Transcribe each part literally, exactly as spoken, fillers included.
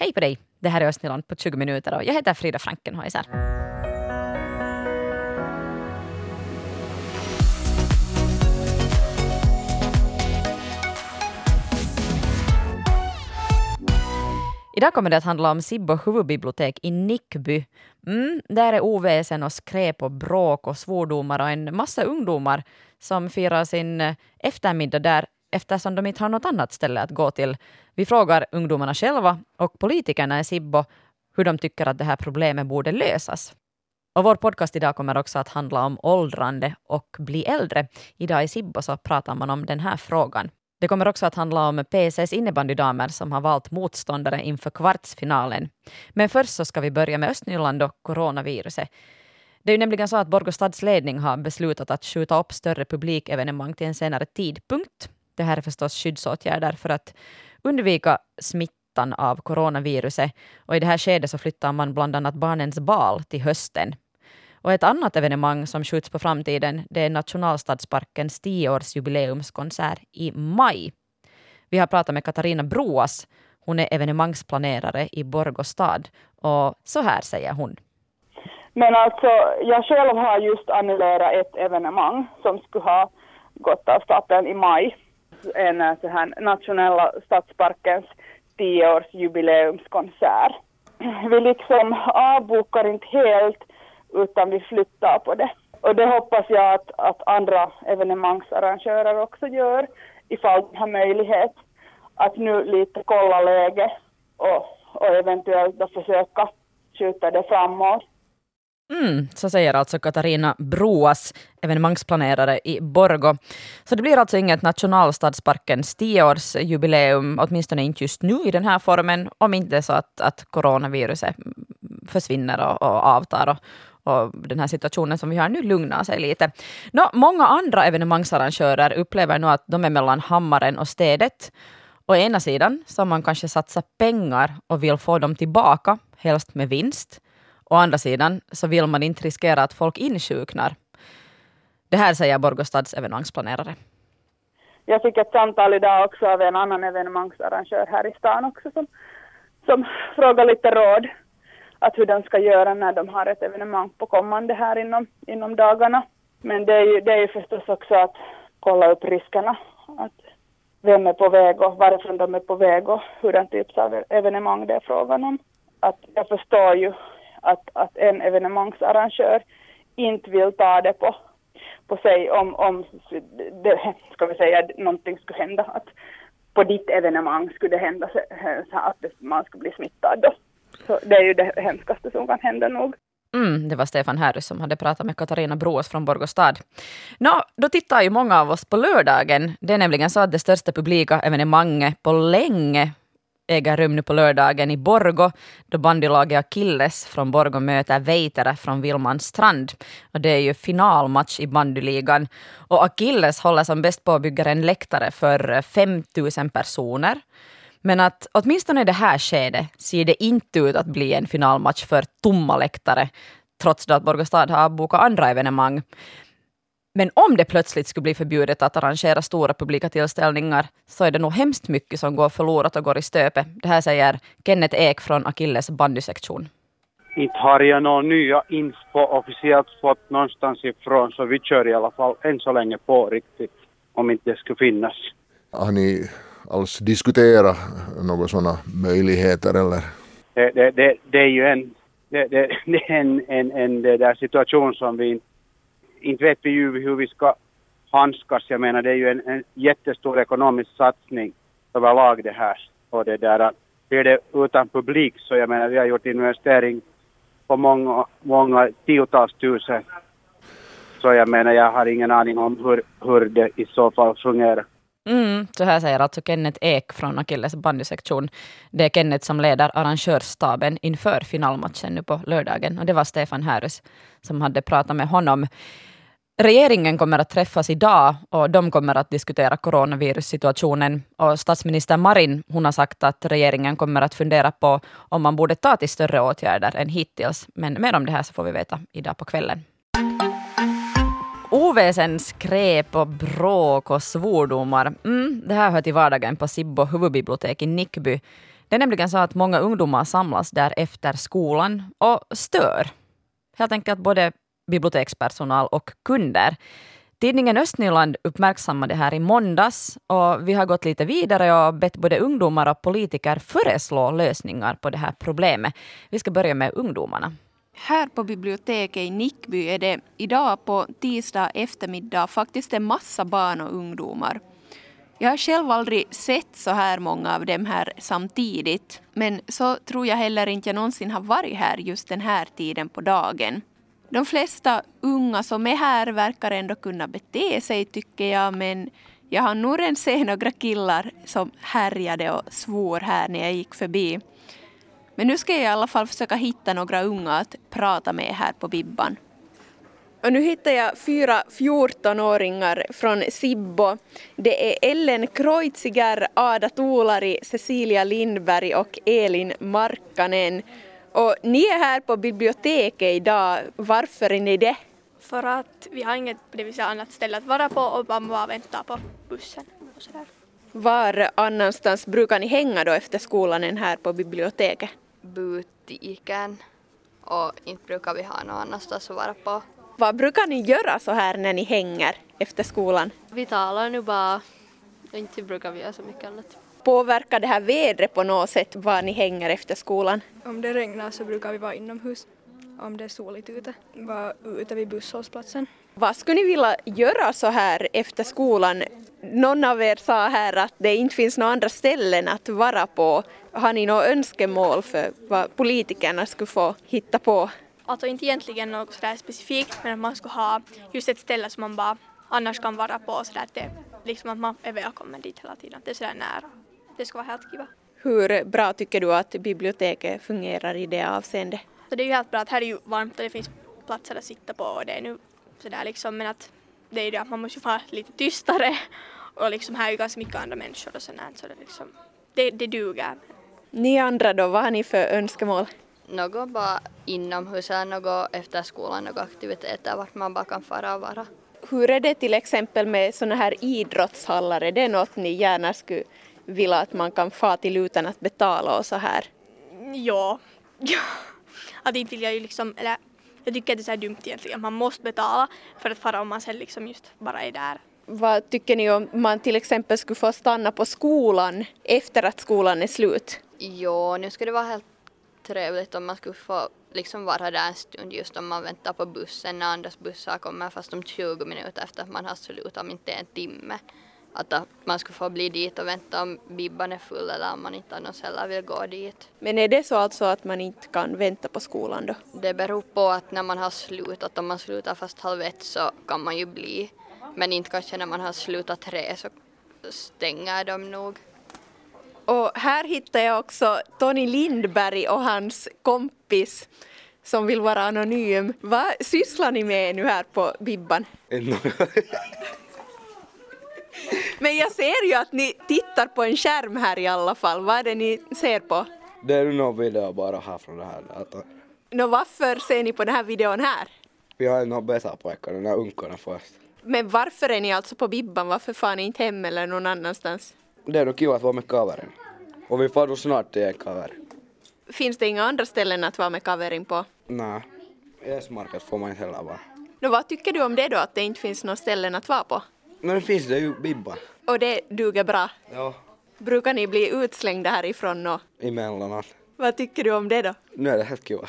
Hej på dig, det här är Östnyland på tjugo minuter och jag heter Frida Frankenhäuser. Idag kommer det att handla om Sibbo huvudbibliotek i Nickby. Mm, där är oväsen och skräp och bråk och svordomar och en massa ungdomar som firar sin eftermiddag där eftersom de inte har något annat ställe att gå till. Vi frågar ungdomarna själva och politikerna i Sibbo hur de tycker att det här problemet borde lösas. Och vår podcast idag kommer också att handla om åldrande och bli äldre. Idag i Sibbo så pratar man om den här frågan. Det kommer också att handla om P C:s innebandydamer som har valt motståndare inför kvartsfinalen. Men först så ska vi börja med Östnyland och coronaviruset. Det är ju nämligen så att Borgå stads ledning har beslutat att skjuta upp större publikevenemang till en senare tidpunkt. Det här är förstås skyddsåtgärder för att undvika smittan av coronaviruset. Och i det här skedet så flyttar man bland annat barnens bal till hösten. Och ett annat evenemang som skjuts på framtiden, det är Nationalstadsparkens tioårsjubileumskonsert i maj. Vi har pratat med Katarina Broas. Hon är evenemangsplanerare i Borgå stad. Och så här säger hon. Men alltså, jag själv har just annullerat ett evenemang som skulle ha gått av stapeln i maj. En så här Nationella stadsparkens tioårsjubileumskonsert. Vi liksom avbokar inte helt utan vi flyttar på det. Och det hoppas jag att, att andra evenemangsarrangörer också gör ifall de har möjlighet att nu lite kolla läge och, och eventuellt då försöka skjuta det framåt. Mm, så säger alltså Katarina Broas, evenemangsplanerare i Borgå. Så det blir alltså inget Nationalstadsparkens tioårsjubileum, åtminstone inte just nu i den här formen, om inte så att, att coronaviruset försvinner och, och avtar och, och den här situationen som vi har nu lugnar sig lite. Nå, många andra evenemangsarrangörer upplever nu att de är mellan hammaren och städet. Å ena sidan så har man kanske satsat pengar och vill få dem tillbaka, helst med vinst. Å andra sidan så vill man inte riskera att folk insjuknar. Det här säger Borgå stads evenemangsplanerare. Jag fick ett samtal idag också av en annan evenemangsarrangör här i stan också som, som frågar lite råd att hur de ska göra när de har ett evenemang på kommande här inom, inom dagarna. Men det är ju det är ju förstås också att kolla upp riskerna. Att vem är på väg och varifrån de är på väg och hur den typ av evenemang det är frågan om. Att jag förstår ju Att, att en evenemangsarrangör inte vill ta det på, på sig om, om det, ska vi säga, någonting skulle hända. Att på ditt evenemang skulle det hända så, så att man skulle bli smittad då. Så det är ju det hemskaste som kan hända nog. Mm, det var Stefan Härus som hade pratat med Katarina Broas från Borgå stad. Nå, då tittar ju många av oss på lördagen. Det är nämligen så att det största publika evenemanget på länge äger rum nu på lördagen i Borgå, då bandylaget Akilles från Borgå möter Veitere från Vilmanstrand. Och det är ju finalmatch i bandyligan. Och Akilles håller som bäst på att bygga en läktare för fem tusen personer. Men att åtminstone i det här skedet ser det inte ut att bli en finalmatch för tomma läktare, trots att Borgå stad har bokat andra evenemang. Men om det plötsligt skulle bli förbjudet att arrangera stora publika tillställningar så är det nog hemskt mycket som går förlorat och går i stöpe. Det här säger Kenneth Ek från Akilles bandysektion. Inte har jag några nya info officiellt fått någonstans ifrån, så vi kör i alla fall än så länge på riktigt om inte det skulle finnas. Har ni alls diskuterat några sådana möjligheter eller? Det, det, det, det är ju en, det, det, det är en, en, en det där situation som vi inte Inte vet vi ju hur vi ska handskas. Jag menar, det är ju en, en jättestor ekonomisk satsning överlag det här. Och det där, blir det utan publik så jag menar, vi har gjort investering på många, många tiotals tusen. Så jag menar, jag har ingen aning om hur, hur det i så fall fungerar. Mm, så här säger alltså Kenneth Ek från Akilles bandysektion. Det är Kenneth som leder arrangörsstaben inför finalmatchen nu på lördagen. Och det var Stefan Härus som hade pratat med honom. Regeringen kommer att träffas idag och de kommer att diskutera coronavirussituationen. Och statsminister Marin, hon har sagt att regeringen kommer att fundera på om man borde ta till större åtgärder än hittills. Men mer om det här så får vi veta idag på kvällen. Oväsen, skräp och bråk och svordomar. Mm, det här hör till vardagen på Sibbo huvudbibliotek i Nickby. Det är nämligen så att många ungdomar samlas där efter skolan och stör. Helt enkelt både bibliotekspersonal och kunder. Tidningen Östnyland uppmärksammade det här i måndags och vi har gått lite vidare och bett både ungdomar och politiker föreslå lösningar på det här problemet. Vi ska börja med ungdomarna. Här på biblioteket i Nickby är det idag på tisdag eftermiddag faktiskt en massa barn och ungdomar. Jag har själv aldrig sett så här många av dem här samtidigt, men så tror jag heller inte jag någonsin har varit här just den här tiden på dagen. De flesta unga som är här verkar ändå kunna bete sig tycker jag, men jag har nog redan sett några killar som härjade och svor här när jag gick förbi. Men nu ska jag i alla fall försöka hitta några unga att prata med här på Bibban. Och nu hittar jag fyra fjortonåringar från Sibbo. Det är Ellen Kreuziger, Ada Tuulari, Cecilia Lindberg och Elin Markkanen. Och ni är här på biblioteket idag. Varför är ni det? För att vi har inget det vill säga, annat ställe att vara på och man bara väntar på bussen. Och sådär. Var annanstans brukar ni hänga då efter skolan än här på biblioteket? Butiken. Och inte brukar vi ha någon annanstans att vara på. Vad brukar ni göra så här när ni hänger efter skolan? Vi talar nu bara. Inte brukar vi göra så mycket annat. Påverkar det här vädret på något sätt var ni hänger efter skolan? Om det regnar så brukar vi vara inomhus. Om det är soligt ute. Vara ute vid busshållplatsen. Vad skulle ni vilja göra så här efter skolan? Någon av er sa här att det inte finns några andra ställen att vara på. Har ni några önskemål för vad politikerna skulle få hitta på? Alltså inte egentligen något sådär specifikt, men att man skulle ha just ett ställe som man bara annars kan vara på. Sådär att det, liksom att man är välkommen dit hela tiden. Det är sådär nära. Det ska vara helt kiva. Hur bra tycker du att biblioteket fungerar i det avseendet? Så det är ju helt bra att här är ju varmt och det finns platser att sitta på och det är nu sådär liksom, men att det är ju det att man måste vara lite tystare och liksom här är ju ganska mycket andra människor och sådär, så det liksom, det, det duger. Ni andra då, vad har ni för önskemål? Något bara inomhus eller något efter skolan, några aktiviteter vart man bara kan fara och vara. Hur är det till exempel med såna här idrottshallar? Är det något ni gärna skulle vilja att man kan få till utan att betala och så här? Ja, ja. Att inte vill jag ju liksom, eller jag tycker att det är så här dumt egentligen. Man måste betala för att fara om man sen liksom just bara är där. Vad tycker ni om man till exempel skulle få stanna på skolan efter att skolan är slut? Jo, nu skulle det vara helt trevligt om man skulle få liksom vara där en stund just om man väntar på bussen när andras bussar kommer fast om tjugo minuter efter att man har slutat, om inte en timme. Att man skulle få bli dit och vänta om bibban är full eller om man inte annars heller vill gå dit. Men är det så alltså att man inte kan vänta på skolan då? Det beror på att när man har slutat, om man slutar fast halv ett så kan man ju bli. Men inte kanske när man har slutat tre så stänger de nog. Och här hittar jag också Tony Lindberg och hans kompis som vill vara anonym. Vad sysslar ni med nu här på Bibban? Men jag ser ju att ni tittar på en skärm här i alla fall. Vad är det ni ser på? Det är någon video bara här från det här datorn. Nå, varför ser ni på den här videon här? Vi har ju några betapojkar, den här unkarna först. Men varför är ni alltså på Bibban? Varför får ni inte hem eller någon annanstans? Det är nog kiva att vara med kaveren. Och vi får då snart till en kaver. Finns det inga andra ställen att vara med kaverin på? Nej, i S-market får man inte heller vara. Nå, vad tycker du om det då, att det inte finns några ställen att vara på? Men det finns det ju Bibban. Och det duger bra? Ja. Brukar ni bli utslängda härifrån och... Emellanåt. Vad tycker du om det då? Nu är det helt kiva.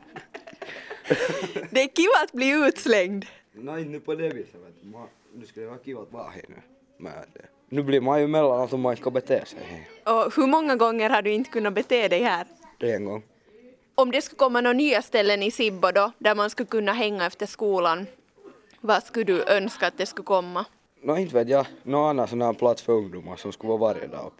Det är kiva att bli utslängd. Nej, nu på det viset. Nu skulle det vara kiva att vara här nu. Men det. Nu blir man ju emellanåt om man inte ska bete sig. Och hur många gånger har du inte kunnat bete dig här? En gång. Om det skulle komma några nya ställen i Sibbo då, där man skulle kunna hänga efter skolan, vad skulle du önska att det skulle komma? Nå, inte vet jag. Någon annan sån här plats för ungdomar som skulle vara varje dag upp.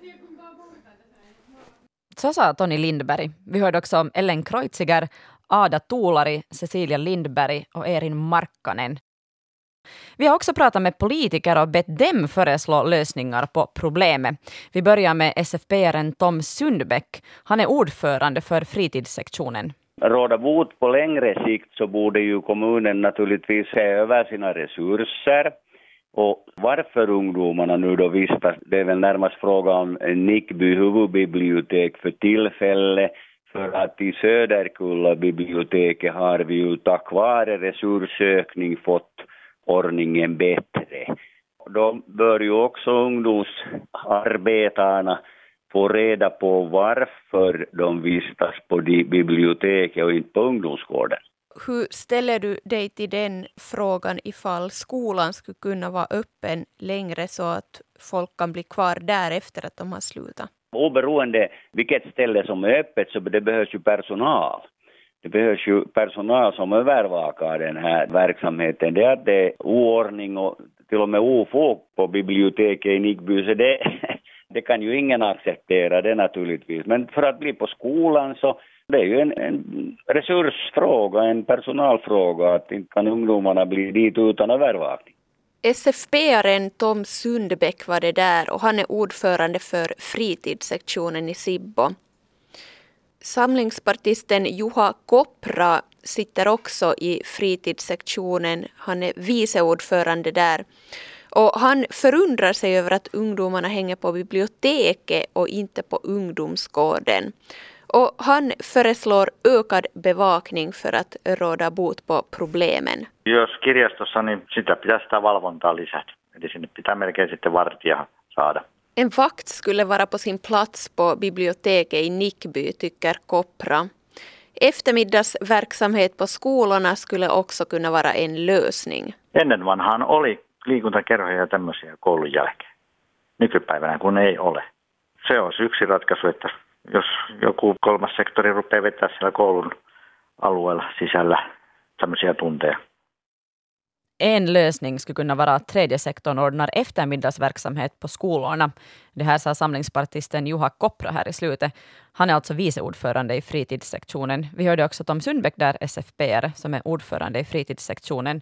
Så sa Tony Lindberg. Vi hörde också om Ellen Kreuziger, Ada Tuulari, Cecilia Lindberg och Erin Markkanen. Vi har också pratat med politiker och bett dem föreslå lösningar på problemet. Vi börjar med S F P-aren Tom Sundbäck. Han är ordförande för fritidssektionen. Råda bot på längre sikt så borde ju kommunen naturligtvis se över sina resurser Och varför ungdomarna nu då vistas, det är väl närmast fråga om Nickby huvudbibliotek för tillfälle. För att i Söderkulla biblioteket har vi ju tack vare resursökning fått ordningen bättre. Då bör ju också ungdomsarbetarna få reda på varför de vistas på biblioteket och inte på ungdomsgården. Hur ställer du dig till den frågan ifall skolan skulle kunna vara öppen längre så att folk kan bli kvar där efter att de har slutat? Oberoende vilket ställe som är öppet så det behövs ju personal. Det behövs ju personal som övervakar den här verksamheten. Det är att det är oordning och till och med ofog på biblioteket i Nickby, så det, det kan ju ingen acceptera det naturligtvis. Men för att bli på skolan så det är ju en, en resursfråga, en personalfråga att inte kan ungdomarna bli dit utan övervakning. S F P-aren Tom Sundbäck var det där och han är ordförande för fritidssektionen i Sibbo. Samlingspartisten Juha Kopra sitter också i fritidssektionen. Han är viceordförande där. Och han förundrar sig över att ungdomarna hänger på biblioteket och inte på ungdomsgården. Och han föreslår ökad bevakning för att råda bot på problemen. Jos kirjastossa, niin sitä pitää sitä valvontaa lisätä. Eli sinne pitää melkein sitten vartija saada. En vakt skulle vara på sin plats på biblioteket i Nickby, tycker Kopra. Eftermiddagsverksamhet på skolorna skulle också kunna vara en lösning. Ennen vanhaan oli liikuntakerhoja ja tämmöisiä koulun jälkeen. Nykypäivänä kun ei ole. Se olisi yksi ratkaisu, että jos joku kolmas sektori rupeaa vetää siellä koulun alueella sisällä tämmöisiä tunteja. En lösning skulle kunna vara att tredje sektorn ordnar eftermiddagsverksamhet på skolorna. Det här sa samlingspartisten Juha Kopra här i slutet. Han är alltså viceordförande i fritidssektionen. Vi hörde också Tom Sundbäck där, S F P-are, som är ordförande i fritidssektionen.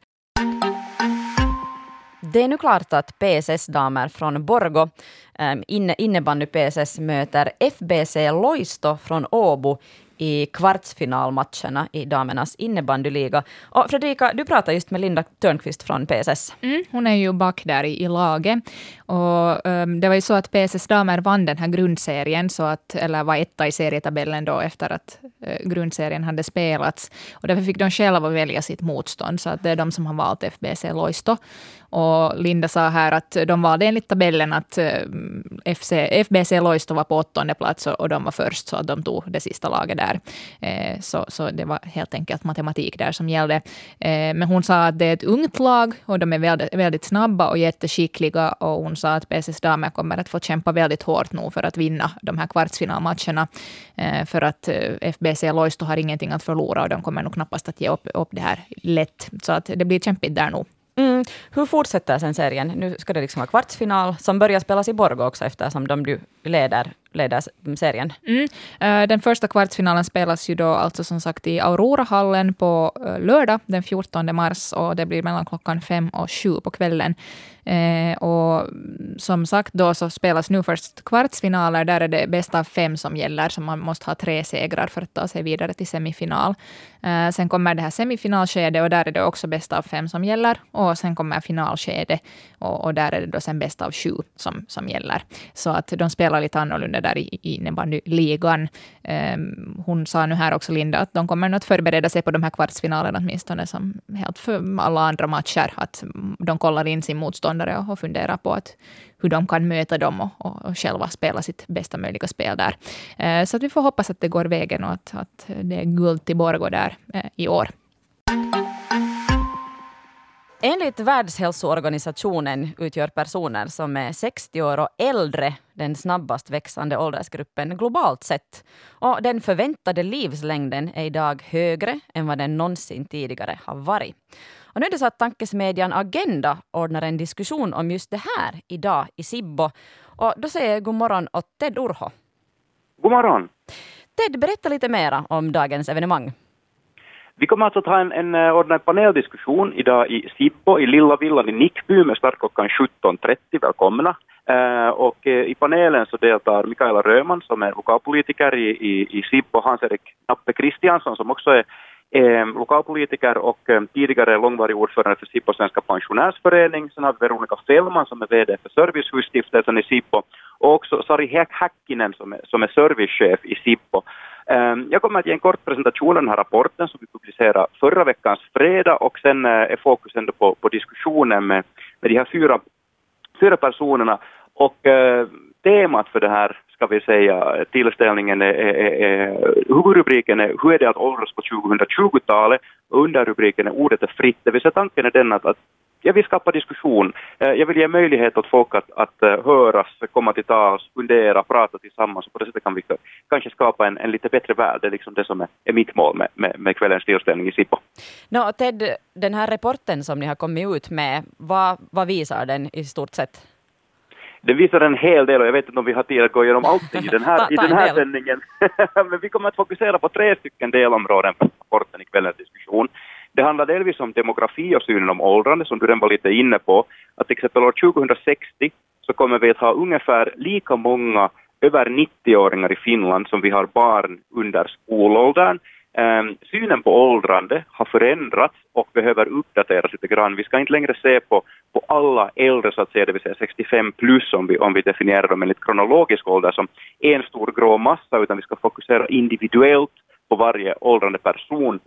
Det är nu klart att P S S-damer från Borgå, inne, innebandy P S S, möter F B C Loisto från Åbo i kvartsfinalmatcherna i damernas innebandyliga. Och Fredrika, du pratar just med Linda Törnqvist från P S S. Mm, hon är ju back där i, i laget. Och um, det var ju så att P S S-damer vann den här grundserien, så att, eller var etta i serietabellen då efter att uh, grundserien hade spelats. Och därför fick de själva välja sitt motstånd, så att det är de som har valt F B C Loisto. Och Linda sa här att de valde enligt tabellen att F C, F B C Loisto var på åttonde plats och de var först, så att de tog det sista laget där. Eh, så, så det var helt enkelt matematik där som gällde. Eh, men hon sa att det är ett ungt lag och de är väldigt, väldigt snabba och jätteskickliga, och hon sa att P S S-damer kommer att få kämpa väldigt hårt nu för att vinna de här kvartsfinalmatcherna. Eh, för att F B C Loisto har ingenting att förlora och de kommer nog knappast att ge upp, upp det här lätt. Så att det blir kämpigt där nu. Mm. Hur fortsätter sen serien? Nu ska det liksom vara kvartsfinal som börjar spelas i Borgå också eftersom de leder, leder serien. Mm. Den första kvartsfinalen spelas ju då alltså som sagt i Aurora-hallen på lördag den fjortonde mars, och det blir mellan klockan fem och sju på kvällen. Eh, och som sagt då så spelas nu först kvartsfinaler, där är det bästa av fem som gäller, så man måste ha tre segrar för att ta sig vidare till semifinal. Eh, sen kommer det här semifinalskedet, och där är det också bästa av fem som gäller, och sen kommer finalskedet, och, och där är det då sen bästa av sju som, som gäller. Så att de spelar lite annorlunda där i, i innebandyligan. Eh, hon sa nu här också, Linda, att de kommer att förbereda sig på de här kvartsfinalerna åtminstone som helt för alla andra matcher, att de kollar in sin motstånd och fundera på att hur de kan möta dem och, och, och själva spela sitt bästa möjliga spel där. Eh, så att vi får hoppas att det går vägen och att, att det är guld till Borgå där eh, i år. Enligt Världshälsoorganisationen utgör personer som är sextio år och äldre den snabbast växande åldersgruppen globalt sett. Och den förväntade livslängden är idag högre än vad den någonsin tidigare har varit. Och nu är det så att tankesmedjan Agenda ordnar en diskussion om just det här idag i Sibbo. Och då säger jag god morgon åt Ted Urho. God morgon. Ted, berätta lite mer om dagens evenemang. Vi kommer alltså att ha en, en ordnad paneldiskussion idag i Sibbo, i Lilla Villan i Nickby med start klockan sjutton trettio. Välkomna. Uh, och uh, i panelen så deltar Mikaela Röman som är lokalpolitiker i, i, i Sibbo, Hans-Erik Nappe Kristiansson som också är eh, lokalpolitiker och eh, tidigare långvarig ordförande för Sippo Svenska pensionärsförening. Sen har vi Veronica Fellman som är vd för Servicehusstiftelsen i Sippo. Och också Sari Häkkinen som är, som är servicechef i Sippo. Eh, jag kommer att ge en kort presentation av den här rapporten som vi publicerade förra veckans fredag. Och sen eh, är fokus ändå på, på diskussionen med, med de här fyra, fyra personerna. Och eh, temat för det här, ska vi säga, tillställningen är, är, är, huvudrubriken är hur är det att åldras på tjugohundratjugotalet och underrubriken är ordet är fritt. Det vill säga tanken är den att, att jag vill skapa diskussion. Jag vill ge möjlighet åt folk att, att höras, komma till tals, fundera, prata tillsammans och på det sättet kan vi kanske skapa en, en lite bättre värld. Det är liksom det som är, är mitt mål med, med, med kvällens tillställning i Sippo. No, Ted, den här rapporten som ni har kommit ut med, vad, vad visar den i stort sett? Det visar en hel del och jag vet inte om vi har tid att gå igenom allt i den här, i den här sändningen. Men vi kommer att fokusera på tre stycken delområden för rapporten i kvällens diskussion. Det handlar delvis om demografi och synen om åldrande som du redan var lite inne på. Att till exempel år tjugohundrasextio så kommer vi att ha ungefär lika många över nittio-åringar i Finland som vi har barn under skolåldern. Um, synen på åldrande har förändrats och behöver uppdateras lite grann. Vi ska inte längre se på, på alla äldre så att säga, det vill säga sextiofem plus om vi, om vi definierar dem enligt kronologisk ålder som en stor grå massa, utan vi ska fokusera individuellt på varje åldrande person.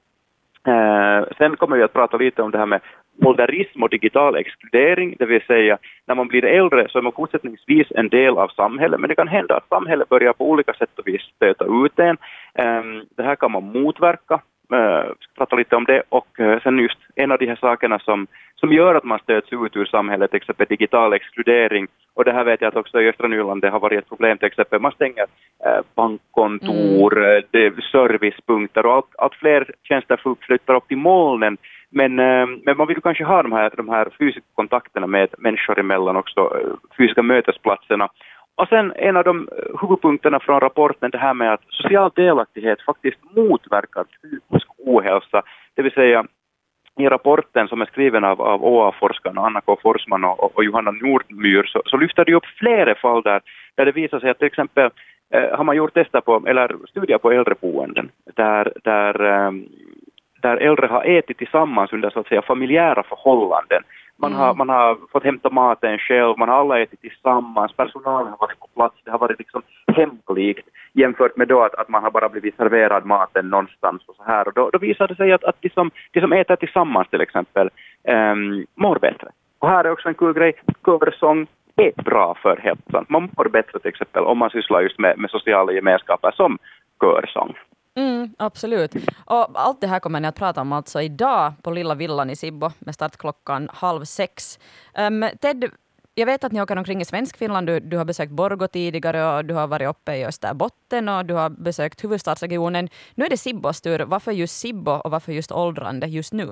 Uh, sen kommer vi att prata lite om det här med ålderism och digital exkludering, det vill säga när man blir äldre så är man fortsättningsvis en del av samhället, men det kan hända att samhället börjar på olika sätt och vis stöta ut en. Um, det här kan man motverka, uh, ska prata lite om det, och uh, sen just en av de här sakerna som, som gör att man stöts ut ur samhället, till exempel digital exkludering, och det här vet jag att också i östra Nyland det har varit ett problem, till exempel man stänger uh, bankkontor, mm. uh, servicepunkter och allt, allt fler tjänster flyttar upp till molnen. Men, men man vill kanske ha de här, de här fysiska kontakterna med människor emellan också, fysiska mötesplatserna. Och sen en av de huvudpunkterna från rapporten, det här med att social delaktighet faktiskt motverkar psykisk ohälsa. Det vill säga i rapporten som är skriven av, av O A-forskarna Anna K. Forsman och, och Johanna Nordmyr så, så lyfter det upp flera fall där, där det visar sig att till exempel eh, har man gjort tester på, eller studier på äldreboenden där, där eh, där äldre har ätit tillsammans under så att säga familjära förhållanden. Man, mm. har, man har fått hämta maten själv, man har alla ätit tillsammans, personalen har varit på plats, det har varit liksom hemlikt jämfört med då att, att man har bara blivit serverad maten någonstans och så här. Och då, då visar det sig att, att de, som, de som äter tillsammans till exempel um, mår bättre. Och här är också en kul grej, körsång är bra för hälsan. Man mår bättre till exempel om man sysslar just med, med sociala gemenskaper som körsång. Mm, absolut. Och allt det här kommer ni att prata om alltså idag på Lilla Villan i Sibbo med start klockan halv sex. Um, Ted, jag vet att ni åker omkring i Svenskfinland. Du, du har besökt Borgå tidigare och du har varit uppe i Österbotten och du har besökt huvudstadsregionen. Nu är det Sibbos tur. Varför just Sibbo och varför just åldrande just nu?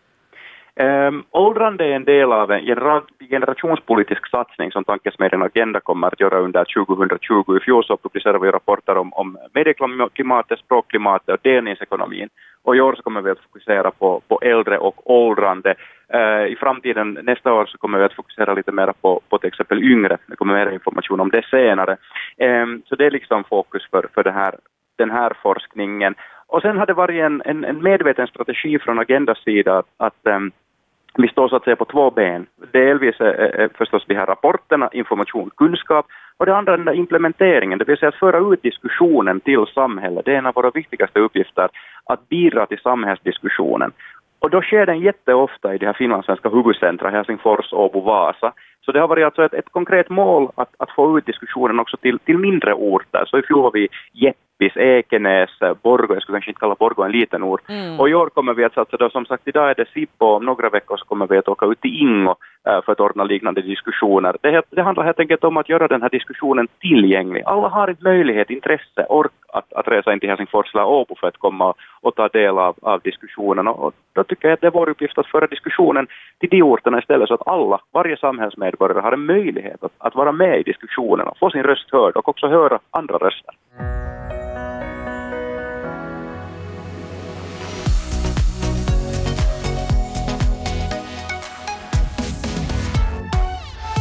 Um, åldrande är en del av en genera- generationspolitisk satsning som Tankesmedjan Agenda kommer att göra under tjugohundratjugo. I fjol så publicerar vi rapporter om, om medieklimatet, språkklimatet och delningsekonomin. Och i år så kommer vi att fokusera på, på äldre och åldrande. Uh, I framtiden nästa år så kommer vi att fokusera lite mer på, på till exempel yngre. Det kommer mer information om det senare. Um, så det är liksom fokus för, för det här, den här forskningen. Och sen har det varit en, en, en medveten strategi från Agendas sida att, att um, vi står så att säga på två ben. Delvis är, är förstås de här rapporterna, information, kunskap, och det andra är den där implementeringen, det vill säga att föra ut diskussionen till samhället. Det är en av våra viktigaste uppgifter, att bidra till samhällsdiskussionen. Och då sker den jätteofta i de här finlandssvenska huvudcentra, Helsingfors, Åbo, Vasa. Så det har varit alltså ett, ett konkret mål att, att få ut diskussionen också till, till mindre orter. Så i fjol var vi Jeppis, Ekenäs, Borgå, jag skulle kanske inte kalla Borgå en liten ort. Mm. Och i år kommer vi att satsa då, som sagt idag är det Sibbo, om några veckor så kommer vi att åka ut till Ingo äh, för att ordna liknande diskussioner. Det, det handlar helt enkelt om att göra den här diskussionen tillgänglig. Alla har inte möjlighet, intresse, ork att, att resa in till Helsingfors eller Åbo för att komma och ta del av, av diskussionen. Och då tycker jag att det är vår uppgift att föra diskussionen till de orterna istället så att alla, varje samhällsmedborgare har en möjlighet att, att vara med i diskussionen och få sin röst hörd och också höra andra röster.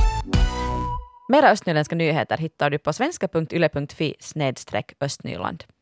Mera östnyländska nyheter hittar du på svenska punkt yle punkt fi snedstreck östnyland.